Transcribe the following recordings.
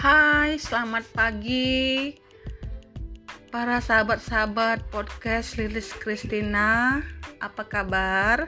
Hai, selamat pagi para sahabat-sahabat podcast Lilis Kristina. Apa kabar?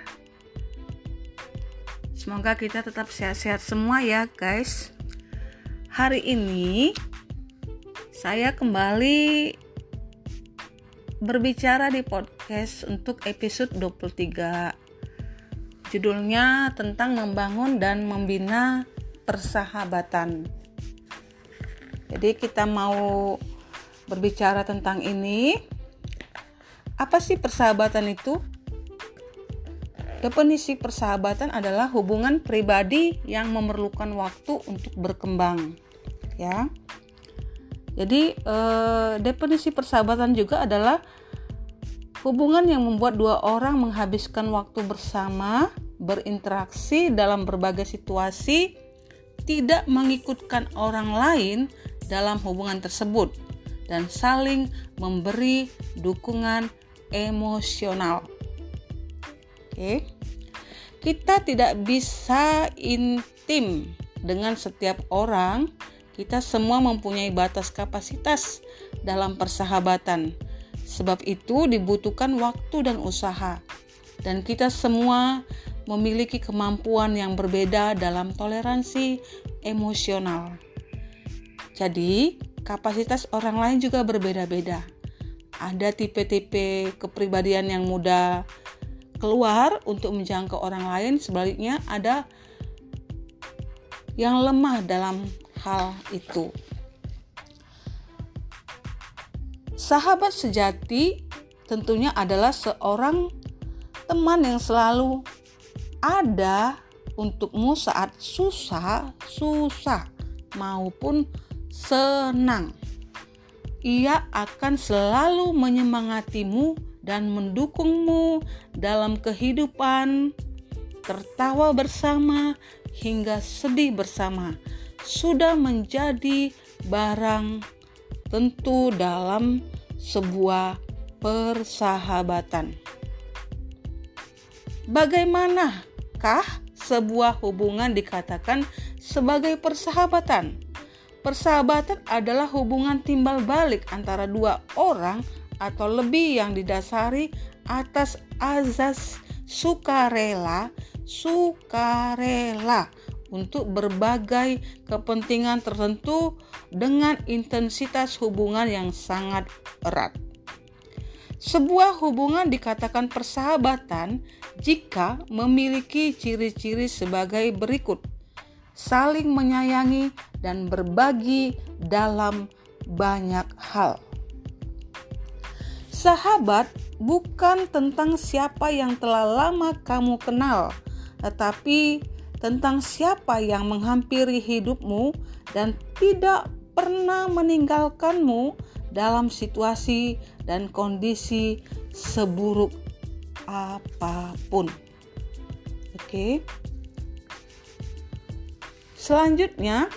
Semoga kita tetap sehat-sehat semua ya guys. Hari ini saya kembali berbicara di podcast untuk episode 23. Judulnya tentang membangun dan membina persahabatan. Jadi kita mau berbicara tentang ini. Apa sih persahabatan itu? Definisi persahabatan adalah hubungan pribadi yang memerlukan waktu untuk berkembang. Ya. Jadi definisi persahabatan juga adalah hubungan yang membuat dua orang menghabiskan waktu bersama, berinteraksi dalam berbagai situasi, tidak mengikutkan orang lain dalam hubungan tersebut, dan saling memberi dukungan emosional. Oke. Kita tidak bisa intim dengan setiap orang. Kita semua mempunyai batas kapasitas dalam persahabatan. Sebab itu dibutuhkan waktu dan usaha. Dan kita semua memiliki kemampuan yang berbeda dalam toleransi emosional. Jadi, kapasitas orang lain juga berbeda-beda. Ada tipe-tipe kepribadian yang mudah keluar untuk menjangkau orang lain, sebaliknya ada yang lemah dalam hal itu. Sahabat sejati tentunya adalah seorang teman yang selalu ada untukmu saat susah maupun senang. Ia akan selalu menyemangatimu dan mendukungmu dalam kehidupan, tertawa bersama hingga sedih bersama. Sudah menjadi barang tentu dalam sebuah persahabatan. Bagaimanakah sebuah hubungan dikatakan sebagai persahabatan? Persahabatan adalah hubungan timbal balik antara dua orang atau lebih yang didasari atas azas sukarela untuk berbagai kepentingan tertentu dengan intensitas hubungan yang sangat erat. Sebuah hubungan dikatakan persahabatan jika memiliki ciri-ciri sebagai berikut: saling menyayangi dan berbagi dalam banyak hal. Sahabat bukan tentang siapa yang telah lama kamu kenal, tetapi tentang siapa yang menghampiri hidupmu dan tidak pernah meninggalkanmu dalam situasi dan kondisi seburuk apapun. Oke. Selanjutnya,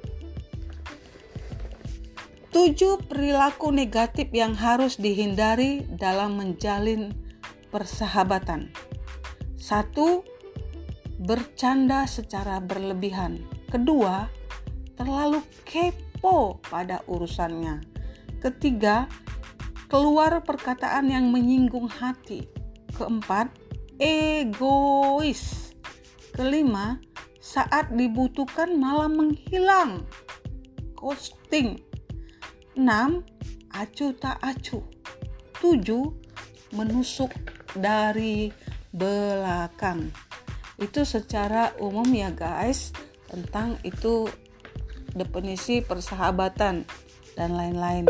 7 perilaku negatif yang harus dihindari dalam menjalin persahabatan. 1. Bercanda secara berlebihan. 2. Terlalu kepo pada urusannya. 3. Keluar perkataan yang menyinggung hati. 4. Egois. 5. Saat dibutuhkan malah menghilang, ghosting. 6. Acuh tak acuh. 7. Menusuk dari belakang. Itu secara umum ya guys, tentang itu definisi persahabatan dan lain-lain.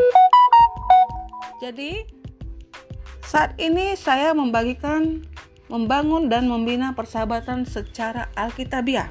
Jadi saat ini saya membagikan membangun dan membina persahabatan secara alkitabiah.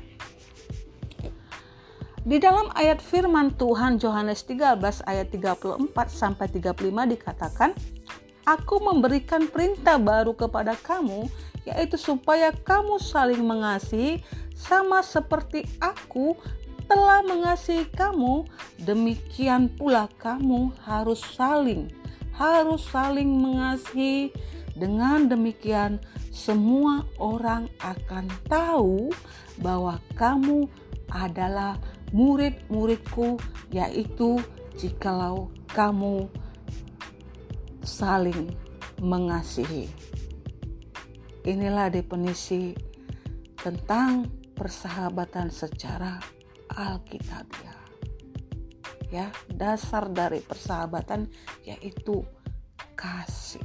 Di dalam ayat firman Tuhan Yohanes 13 ayat 34 sampai 35 dikatakan, "Aku memberikan perintah baru kepada kamu, yaitu supaya kamu saling mengasihi sama seperti aku telah mengasihi kamu, demikian pula kamu harus saling mengasihi. Dengan demikian semua orang akan tahu bahwa kamu adalah murid-muridku, yaitu jikalau kamu saling mengasihi. Inilah definisi tentang persahabatan secara alkitabiah. Ya, dasar dari persahabatan yaitu kasih.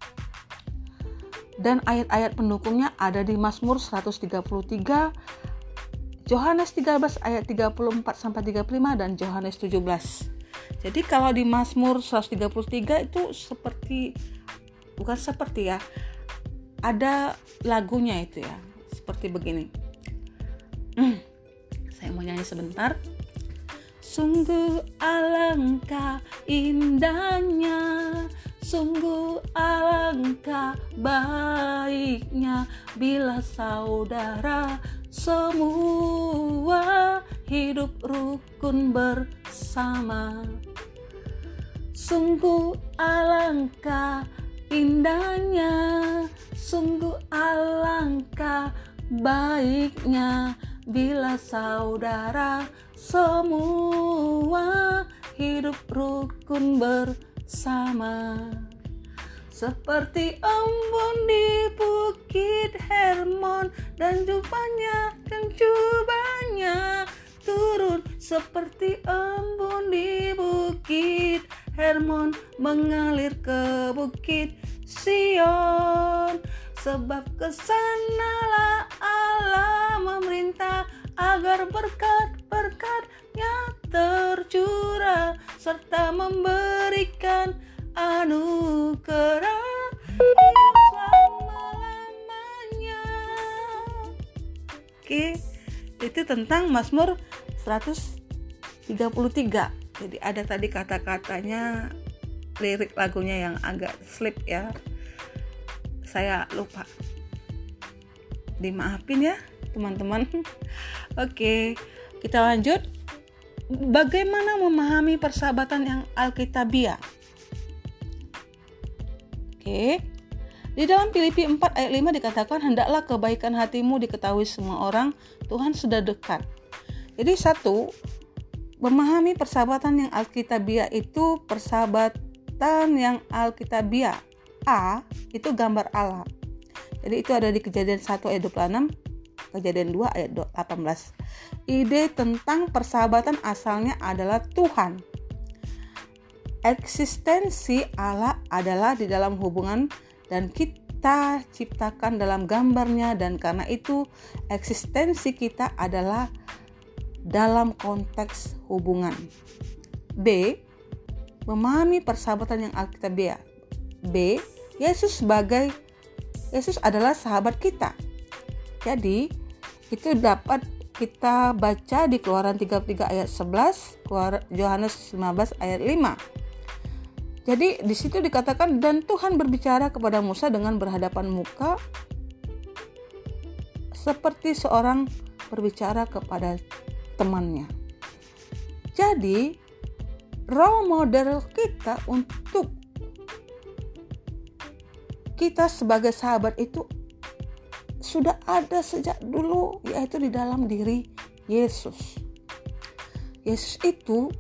Dan ayat-ayat pendukungnya ada di Mazmur 133, Yohanes 13 ayat 34 sampai 35 dan Yohanes 17. Jadi kalau di Mazmur 133 itu ada lagunya itu ya, seperti begini. Saya mau nyanyi sebentar. Sungguh alangkah indahnya, sungguh alangkah baiknya bila saudara semua hidup rukun bersama. Sungguh alangkah indahnya, sungguh alangkah baiknya bila saudara semua hidup rukun bersama. Seperti embun di Bukit Hermon dan cubanya turun, seperti embun di Bukit Hermon mengalir ke Bukit Sion. Sebab kesanalah Allah memerintah agar berkat-berkat-Nya tercurah serta memberikan anugerah hidup selama-lamanya. Oke, itu tentang Mazmur 133. Jadi ada tadi kata-katanya, lirik lagunya yang agak slip ya. Saya lupa. Dimaafin ya teman-teman. Oke, kita lanjut. Bagaimana memahami persahabatan yang alkitabiah? Oke. Di dalam Filipi 4 ayat 5 dikatakan, hendaklah kebaikan hatimu diketahui semua orang, Tuhan sudah dekat. Jadi memahami persahabatan yang alkitabiah itu persahabatan yang alkitabiah. A itu gambar Allah. Jadi itu ada di Kejadian 1 ayat 26, Kejadian 2 ayat 18. Ide tentang persahabatan asalnya adalah Tuhan. Eksistensi Allah adalah di dalam hubungan dan kita ciptakan dalam gambarnya, dan karena itu eksistensi kita adalah dalam konteks hubungan. B. Memahami persahabatan yang alkitabiah. B. Yesus adalah sahabat kita. Jadi itu dapat kita baca di Keluaran 33 ayat 11, Yohanes 15 ayat 5. Jadi di situ dikatakan, dan Tuhan berbicara kepada Musa dengan berhadapan muka seperti seorang berbicara kepada temannya. Jadi role model kita untuk kita sebagai sahabat itu sudah ada sejak dulu, yaitu di dalam diri Yesus. Yesus itu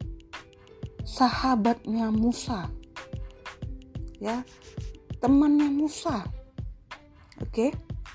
sahabatnya Musa, ya, temannya Musa. Oke.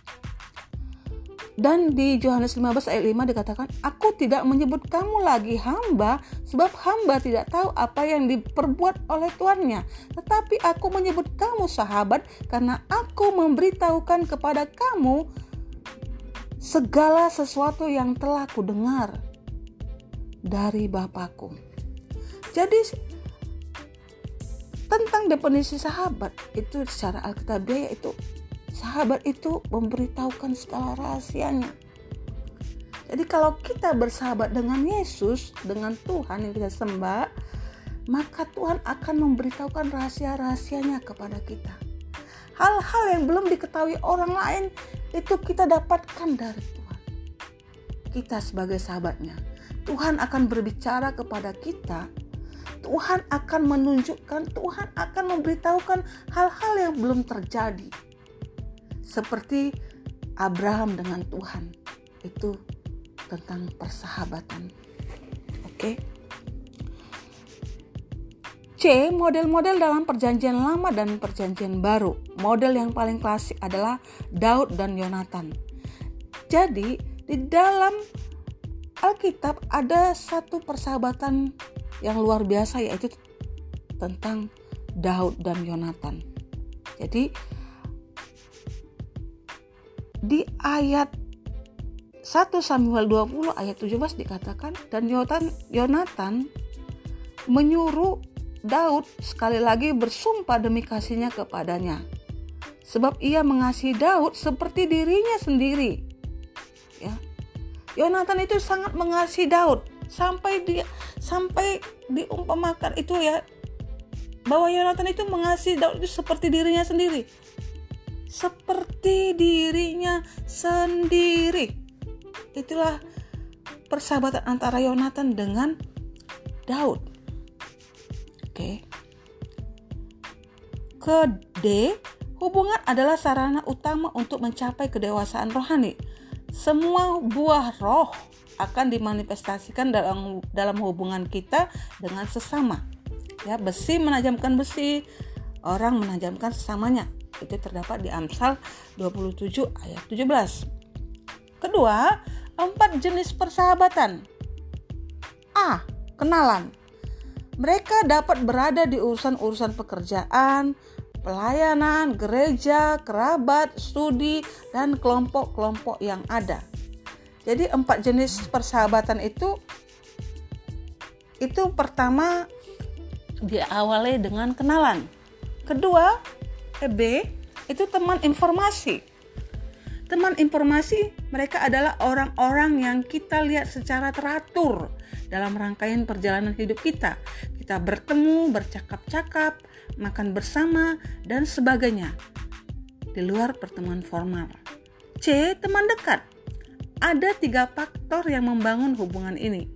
Dan di Yohanes 15 ayat 5 dikatakan, aku tidak menyebut kamu lagi hamba, sebab hamba tidak tahu apa yang diperbuat oleh tuannya. Tetapi aku menyebut kamu sahabat, karena aku memberitahukan kepada kamu segala sesuatu yang telah kudengar dari Bapakku. Jadi tentang definisi sahabat itu secara alkitabiah, yaitu sahabat itu memberitahukan segala rahasianya. Jadi kalau kita bersahabat dengan Yesus, dengan Tuhan yang kita sembah, maka Tuhan akan memberitahukan rahasia-rahasianya kepada kita. Hal-hal yang belum diketahui orang lain itu kita dapatkan dari Tuhan. Kita sebagai sahabatnya, Tuhan akan berbicara kepada kita. Tuhan akan menunjukkan, Tuhan akan memberitahukan hal-hal yang belum terjadi. Seperti Abraham dengan Tuhan, itu tentang persahabatan Oke. C. Model-model dalam perjanjian lama dan perjanjian baru. Model yang paling klasik adalah Daud dan Yonatan. Jadi di dalam Alkitab ada satu persahabatan yang luar biasa, yaitu tentang Daud dan Yonatan. Jadi di ayat 1 Samuel 20 ayat 17 dikatakan, dan Yonatan menyuruh Daud sekali lagi bersumpah demi kasihnya kepadanya, sebab ia mengasihi Daud seperti dirinya sendiri. Ya. Yonatan itu sangat mengasihi Daud sampai diumpamakan itu ya, bahwa Yonatan itu mengasihi Daud itu seperti dirinya sendiri. Seperti dirinya sendiri. Itulah persahabatan antara Yonatan dengan Daud. Oke. Ke D, hubungan adalah sarana utama untuk mencapai kedewasaan rohani. Semua buah roh akan dimanifestasikan dalam hubungan kita dengan sesama. Ya, besi menajamkan besi, orang menajamkan sesamanya. Itu terdapat di Amsal 27 ayat 17. Kedua, 4 jenis persahabatan. A. Kenalan. Mereka dapat berada di urusan-urusan pekerjaan, pelayanan, gereja, kerabat, studi, dan kelompok-kelompok yang ada. Jadi 4 jenis persahabatan itu pertama diawali dengan kenalan. Kedua, B, itu teman informasi. Teman informasi, mereka adalah orang-orang yang kita lihat secara teratur dalam rangkaian perjalanan hidup kita. Kita bertemu, bercakap-cakap, makan bersama, dan sebagainya. Di luar pertemuan formal. C. Teman dekat. Ada 3 faktor yang membangun hubungan ini.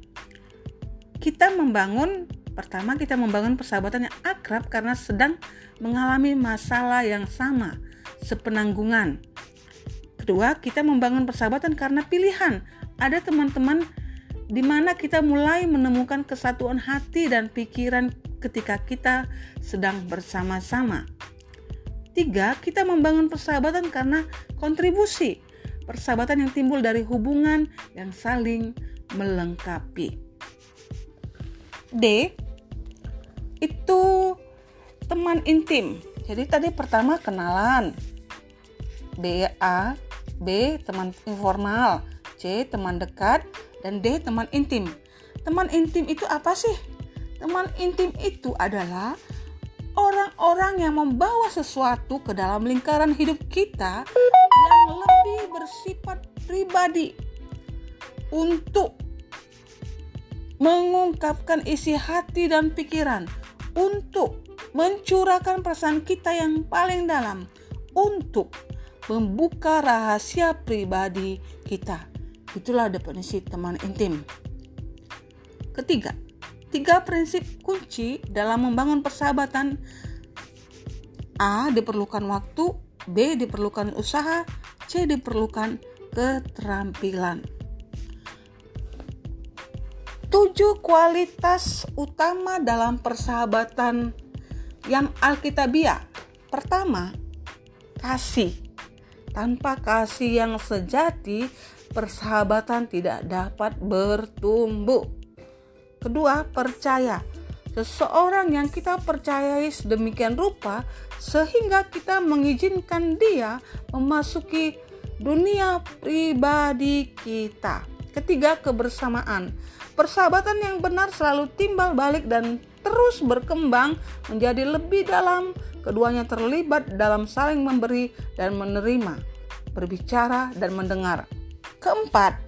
Pertama, kita membangun persahabatan yang akrab karena sedang mengalami masalah yang sama, sepenanggungan. Kedua, kita membangun persahabatan karena pilihan. Ada teman-teman di mana kita mulai menemukan kesatuan hati dan pikiran ketika kita sedang bersama-sama. 3, kita membangun persahabatan karena kontribusi. Persahabatan yang timbul dari hubungan yang saling melengkapi. D, itu teman intim. Jadi tadi pertama kenalan. B, teman informal. C, teman dekat. Dan D, teman intim. Teman intim itu apa sih? Teman intim itu adalah orang-orang yang membawa sesuatu ke dalam lingkaran hidup kita yang lebih bersifat pribadi untuk mengungkapkan isi hati dan pikiran, untuk mencurahkan perasaan kita yang paling dalam, untuk membuka rahasia pribadi kita. Itulah definisi teman intim. Ketiga, 3 prinsip kunci dalam membangun persahabatan. A, diperlukan waktu. B, diperlukan usaha. C, diperlukan keterampilan. 7 kualitas utama dalam persahabatan yang alkitabiah. Pertama, kasih. Tanpa kasih yang sejati, persahabatan tidak dapat bertumbuh. Kedua, percaya. Seseorang yang kita percayai sedemikian rupa sehingga kita mengizinkan dia memasuki dunia pribadi kita. Ketiga, kebersamaan. Persahabatan yang benar selalu timbal balik dan terus berkembang menjadi lebih dalam. Keduanya terlibat dalam saling memberi dan menerima, berbicara dan mendengar. Keempat,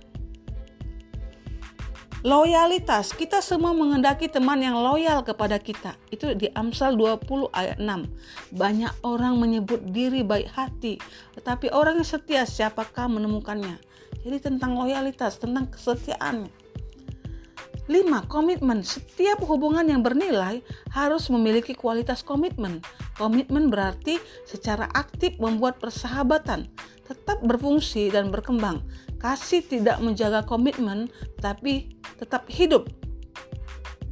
loyalitas. Kita semua menghendaki teman yang loyal kepada kita. Itu di Amsal 20 ayat 6. Banyak orang menyebut diri baik hati, tetapi orang yang setia siapakah menemukannya? Jadi tentang loyalitas, tentang kesetiaan. 5. Komitmen. Setiap hubungan yang bernilai harus memiliki kualitas komitmen. Komitmen berarti secara aktif membuat persahabatan tetap berfungsi dan berkembang. Kasih tidak menjaga komitmen, tapi tetap hidup.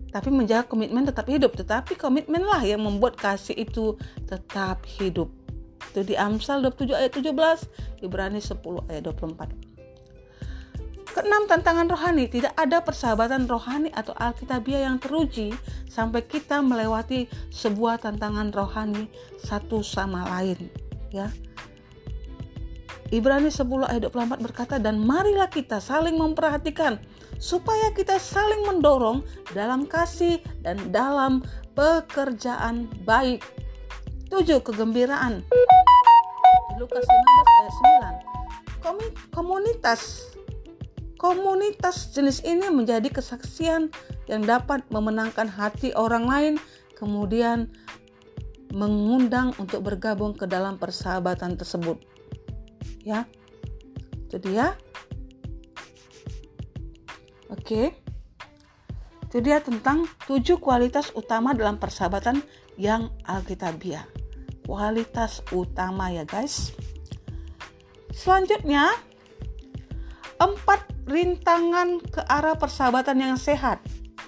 tapi menjaga komitmen tetap hidup. Tetapi komitmenlah yang membuat kasih itu tetap hidup. Itu di Amsal 27 ayat 17, Ibrani 10 ayat 24. Keenam, tantangan rohani. Tidak ada persahabatan rohani atau alkitabiah yang teruji sampai kita melewati sebuah tantangan rohani satu sama lain, ya. Ibrani 10 ayat 24 berkata, dan marilah kita saling memperhatikan supaya kita saling mendorong dalam kasih dan dalam pekerjaan baik. 7. Kegembiraan. Di Lukas 15 ayat 9. Komunitas jenis ini menjadi kesaksian yang dapat memenangkan hati orang lain, kemudian mengundang untuk bergabung ke dalam persahabatan tersebut. Ya, itu dia. Oke, itu dia tentang 7 kualitas utama dalam persahabatan yang alkitabiah. Kualitas utama ya guys. Selanjutnya, 4 rintangan ke arah persahabatan yang sehat.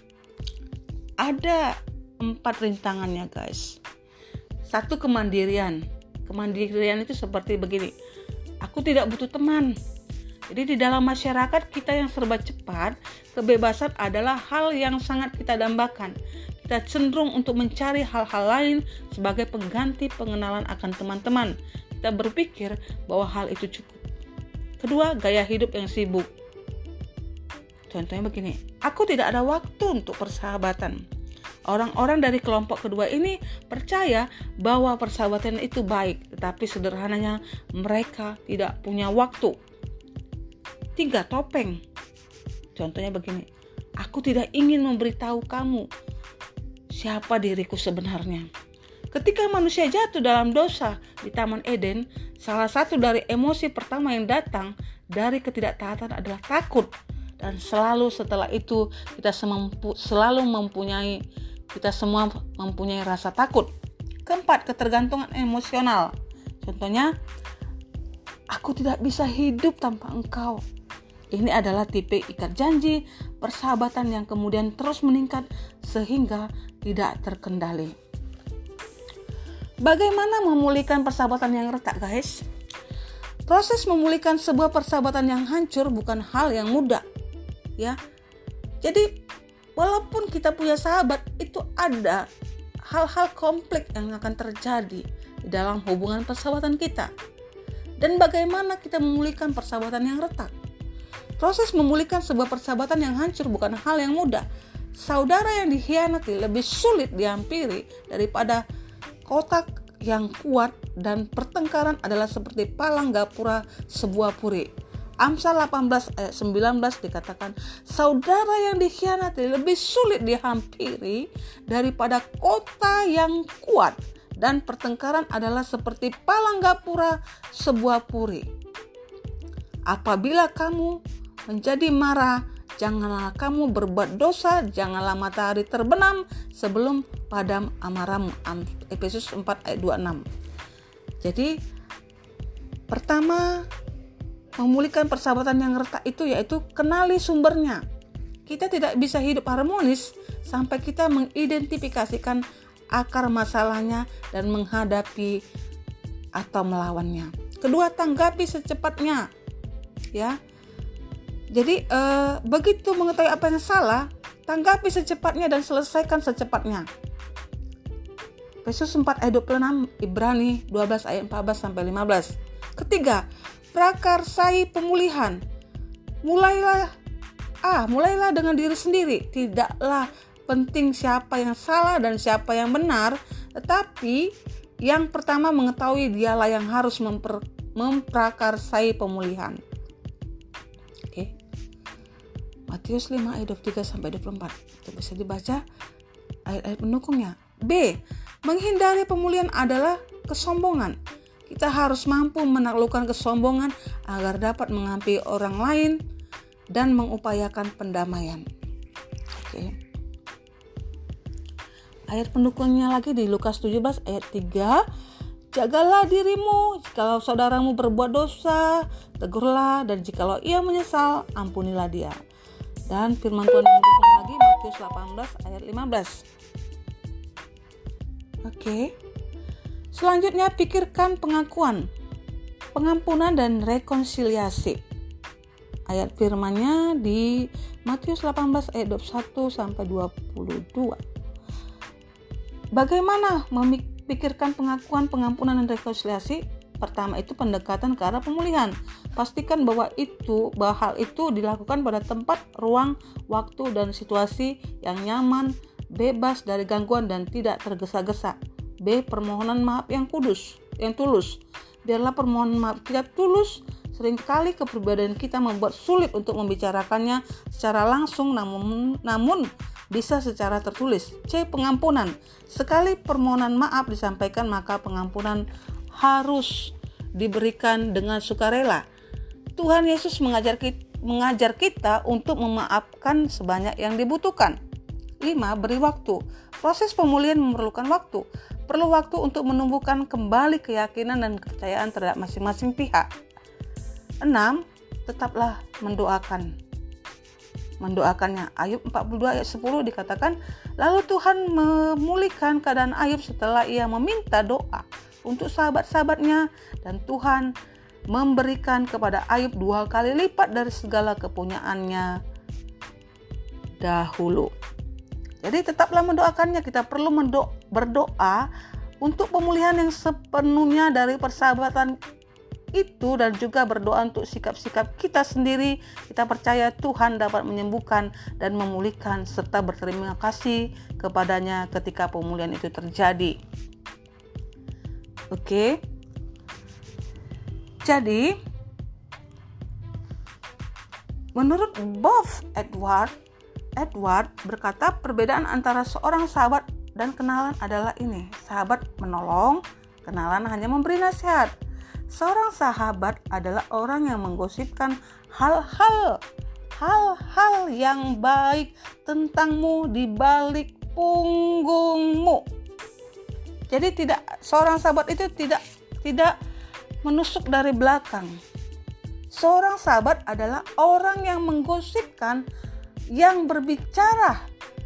Ada 4 rintangannya guys. 1, kemandirian. Kemandirian itu seperti begini. Aku tidak butuh teman. Jadi di dalam masyarakat kita yang serba cepat, kebebasan adalah hal yang sangat kita dambakan. Kita cenderung untuk mencari hal-hal lain sebagai pengganti pengenalan akan teman-teman. Kita berpikir bahwa hal itu cukup. Kedua, gaya hidup yang sibuk. Contohnya begini, aku tidak ada waktu untuk persahabatan. Orang-orang dari kelompok kedua ini percaya bahwa persahabatan itu baik, tetapi sederhananya mereka tidak punya waktu. 3, topeng. Contohnya begini, aku tidak ingin memberitahu kamu siapa diriku sebenarnya. Ketika manusia jatuh dalam dosa di Taman Eden, salah satu dari emosi pertama yang datang dari ketidaktaatan adalah takut. Dan selalu setelah itu kita semua mempunyai rasa takut. 4, ketergantungan emosional. Contohnya, aku tidak bisa hidup tanpa engkau. Ini adalah tipe ikat janji persahabatan yang kemudian terus meningkat sehingga tidak terkendali. Bagaimana memulihkan persahabatan yang retak, guys? Proses memulihkan sebuah persahabatan yang hancur bukan hal yang mudah, ya. Jadi walaupun kita punya sahabat, itu ada hal-hal kompleks yang akan terjadi di dalam hubungan persahabatan kita. Dan bagaimana kita memulihkan persahabatan yang retak? Proses memulihkan sebuah persahabatan yang hancur bukan hal yang mudah. Saudara yang dikhianati lebih sulit dihampiri daripada kotak yang kuat, dan pertengkaran adalah seperti palang gapura sebuah puri. Amsal 18 ayat 19 dikatakan, saudara yang dikhianati lebih sulit dihampiri daripada kota yang kuat, dan pertengkaran adalah seperti palang gapura sebuah puri. Apabila kamu menjadi marah, janganlah kamu berbuat dosa, janganlah matahari terbenam sebelum padam amarahmu. Efesus 4 ayat 26. Jadi pertama, memulihkan persahabatan yang retak itu yaitu kenali sumbernya. Kita tidak bisa hidup harmonis sampai kita mengidentifikasikan akar masalahnya dan menghadapi atau melawannya. Kedua, tanggapi secepatnya. Ya. Jadi begitu mengetahui apa yang salah, tanggapi secepatnya dan selesaikan secepatnya. Efesus 4 ayat 26, Ibrani 12 ayat 14 sampai 15. Ketiga, prakarsai pemulihan. Mulailah dengan diri sendiri. Tidaklah penting siapa yang salah dan siapa yang benar, tetapi yang pertama mengetahui dialah yang harus memprakarsai pemulihan. Oke. Matius 5 ayat 23 sampai 24. Itu bisa dibaca ayat-ayat pendukungnya. B. Menghindari pemulihan adalah kesombongan. Kita harus mampu menaklukkan kesombongan agar dapat mengampuni orang lain dan mengupayakan pendamaian. Oke. Ayat pendukungnya lagi di Lukas 17 ayat 3. Jagalah dirimu, jikalau saudaramu berbuat dosa, tegurlah, dan jikalau ia menyesal, ampunilah dia. Dan firman Tuhan yang mendukung lagi, Matius 18 ayat 15. Oke. Selanjutnya pikirkan pengakuan, pengampunan dan rekonsiliasi. Ayat firman-Nya di Matius 18 ayat 21 sampai 22. Bagaimana memikirkan pengakuan, pengampunan dan rekonsiliasi? Pertama itu pendekatan ke arah pemulihan. Pastikan bahwa hal itu dilakukan pada tempat, ruang, waktu, dan situasi yang nyaman, bebas dari gangguan dan tidak tergesa-gesa. B. Permohonan maaf yang tulus. Biarlah permohonan maaf kita tulus. Seringkali kepribadian kita membuat sulit untuk membicarakannya secara langsung, namun bisa secara tertulis. C. Pengampunan. Sekali permohonan maaf disampaikan, maka pengampunan harus diberikan dengan sukarela. Tuhan Yesus mengajar kita untuk memaafkan sebanyak yang dibutuhkan. 5. Beri waktu. Proses pemulihan memerlukan waktu. Perlu waktu untuk menumbuhkan kembali keyakinan dan kepercayaan terhadap masing-masing pihak. 6. Tetaplah mendoakannya. Ayub 42 ayat 10 dikatakan, lalu Tuhan memulihkan keadaan Ayub setelah ia meminta doa untuk sahabat-sahabatnya, dan Tuhan memberikan kepada Ayub 2 kali lipat dari segala kepunyaannya dahulu. Jadi tetaplah mendoakannya. Kita perlu berdoa untuk pemulihan yang sepenuhnya dari persahabatan itu, dan juga berdoa untuk sikap-sikap kita sendiri. Kita percaya Tuhan dapat menyembuhkan dan memulihkan serta berterima kasih kepadanya ketika pemulihan itu terjadi. Oke. Jadi, menurut Bob Edward berkata, perbedaan antara seorang sahabat dan kenalan adalah ini. Sahabat menolong, kenalan hanya memberi nasihat. Seorang sahabat adalah orang yang menggosipkan hal-hal yang baik tentangmu di balik punggungmu. Jadi seorang sahabat itu tidak menusuk dari belakang. Seorang sahabat adalah orang yang menggosipkan, yang berbicara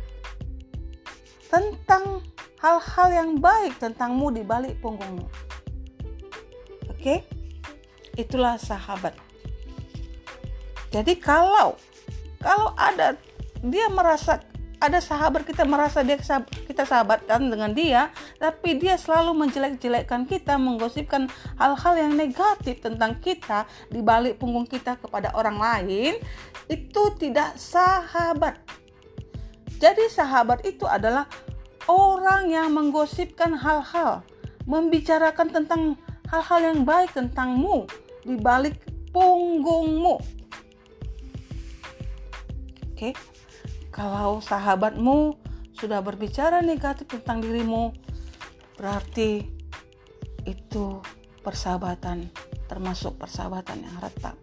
tentang hal-hal yang baik tentangmu di balik punggungmu. Oke? Itulah sahabat. Jadi kalau ada sahabat kita merasa kita sahabatan dengan dia, tapi dia selalu menjelek-jelekkan kita, menggosipkan hal-hal yang negatif tentang kita di balik punggung kita kepada orang lain, itu tidak sahabat. Jadi sahabat itu adalah orang yang menggosipkan hal-hal, membicarakan tentang hal-hal yang baik tentangmu di balik punggungmu. Oke? Kalau sahabatmu sudah berbicara negatif tentang dirimu, berarti itu persahabatan, termasuk persahabatan yang retak.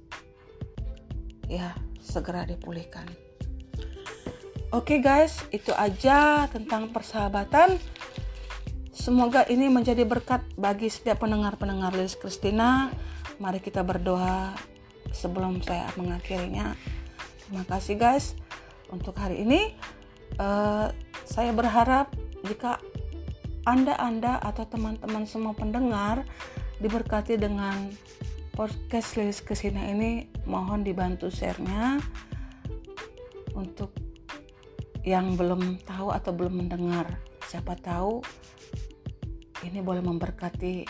Ya, segera dipulihkan. Oke guys, itu aja tentang persahabatan. Semoga ini menjadi berkat bagi setiap pendengar-pendengar Lilis Christina. Mari kita berdoa sebelum saya mengakhirinya. Terima kasih guys. Untuk hari ini, saya berharap jika Anda atau teman-teman semua pendengar diberkati dengan podcast Lilis Christina ini, mohon dibantu share-nya untuk yang belum tahu atau belum mendengar. Siapa tahu ini boleh memberkati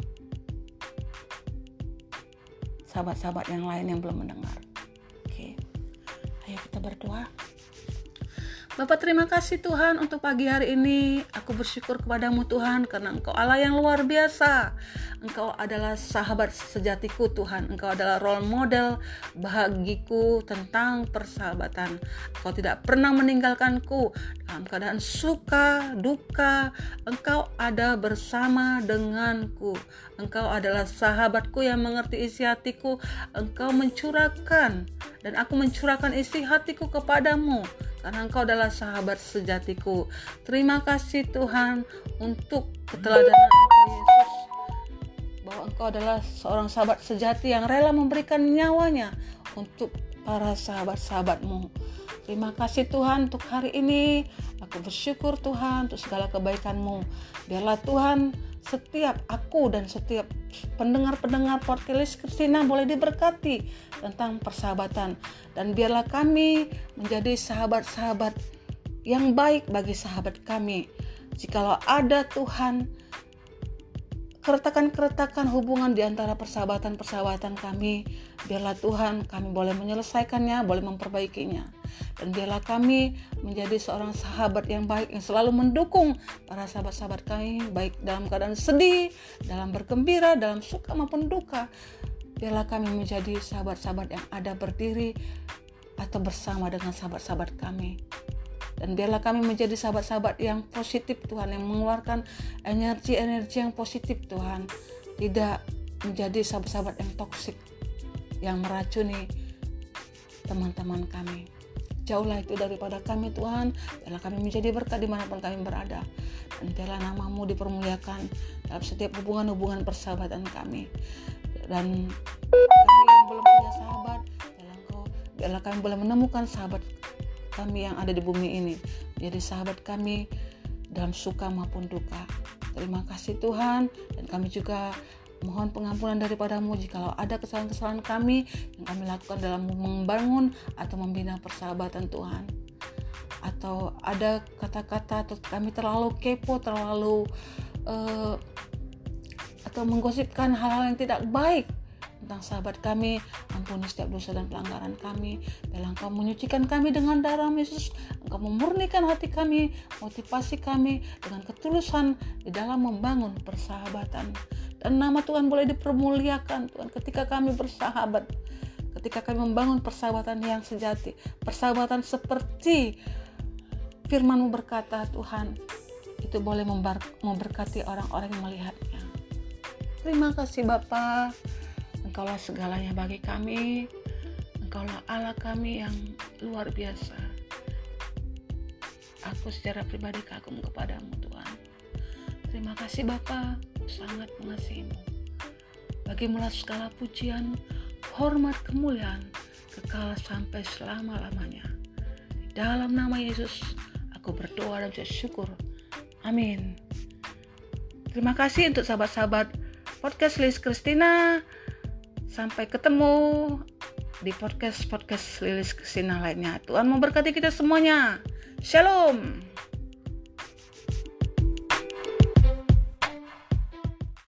sahabat-sahabat yang lain yang belum mendengar. Oke, ayo kita berdoa. Bapak, terima kasih Tuhan untuk pagi hari ini. Aku bersyukur kepadamu Tuhan, karena Engkau Allah yang luar biasa. Engkau adalah sahabat sejatiku Tuhan. Engkau adalah role model bagiku tentang persahabatan. Engkau tidak pernah meninggalkanku dalam keadaan suka, duka. Engkau ada bersama denganku. Engkau adalah sahabatku yang mengerti isi hatiku. Engkau mencurahkan, dan aku mencurahkan isi hatiku kepadamu, karena Engkau adalah sahabat sejatiku. Terima kasih Tuhan untuk keteladanan Engkau Yesus, bahwa Engkau adalah seorang sahabat sejati yang rela memberikan nyawanya untuk para sahabat-sahabat-Mu. Terima kasih Tuhan untuk hari ini. Aku bersyukur Tuhan untuk segala kebaikan-Mu. Biarlah Tuhan setiap aku dan setiap pendengar-pendengar podcast Christina boleh diberkati tentang persahabatan. Dan biarlah kami menjadi sahabat-sahabat yang baik bagi sahabat kami. Jikalau ada Tuhan keretakan-keretakan hubungan di antara persahabatan kami, biarlah Tuhan kami boleh menyelesaikannya, boleh memperbaikinya. Dan biarlah kami menjadi seorang sahabat yang baik, yang selalu mendukung para sahabat-sahabat kami, baik dalam keadaan sedih, dalam bergembira, dalam suka maupun duka. Biarlah kami menjadi sahabat-sahabat yang ada berdiri atau bersama dengan sahabat-sahabat kami. Dan biarlah kami menjadi sahabat-sahabat yang positif Tuhan, yang mengeluarkan energi-energi yang positif Tuhan. Tidak menjadi sahabat-sahabat yang toksik, yang meracuni teman-teman kami. Jauhlah itu daripada kami Tuhan. Biarlah kami menjadi berkat dimanapun kami berada. Dan biarlah nama-Mu dipermuliakan dalam setiap hubungan-hubungan persahabatan kami. Dan kami yang belum punya sahabat, biarlah kami boleh menemukan sahabat kami yang ada di bumi ini, menjadi sahabat kami dalam suka maupun duka. Terima kasih Tuhan, dan kami juga mohon pengampunan daripada-Mu jikalau ada kesalahan-kesalahan kami yang kami lakukan dalam membangun atau membina persahabatan Tuhan. Atau ada kata-kata atau kami terlalu kepo, terlalu atau menggosipkan hal-hal yang tidak baik tentang sahabat kami. Ampuni setiap dosa dan pelanggaran kami. Biarlah Engkau menyucikan kami dengan darah Yesus. Engkau memurnikan hati kami, motivasi kami dengan ketulusan di dalam membangun persahabatan. Dan nama Tuhan boleh dipermuliakan Tuhan ketika kami bersahabat, ketika kami membangun persahabatan yang sejati, persahabatan seperti firman-Mu berkata Tuhan, itu boleh memberkati orang-orang yang melihatnya. Terima kasih Bapa. Engkaulah segalanya bagi kami. Engkaulah Allah kami yang luar biasa. Aku secara pribadi kagum kepadamu Tuhan. Terima kasih Bapa, sangat mengasihi-Mu. Bagimulah segala pujian, hormat, kemuliaan, kekal sampai selama-lamanya. Di dalam nama Yesus, aku berdoa dan bersyukur. Amin. Terima kasih untuk sahabat-sahabat podcast Lilis Christina. Sampai ketemu di podcast Lilis Christina lainnya. Tuhan memberkati kita semuanya. Shalom.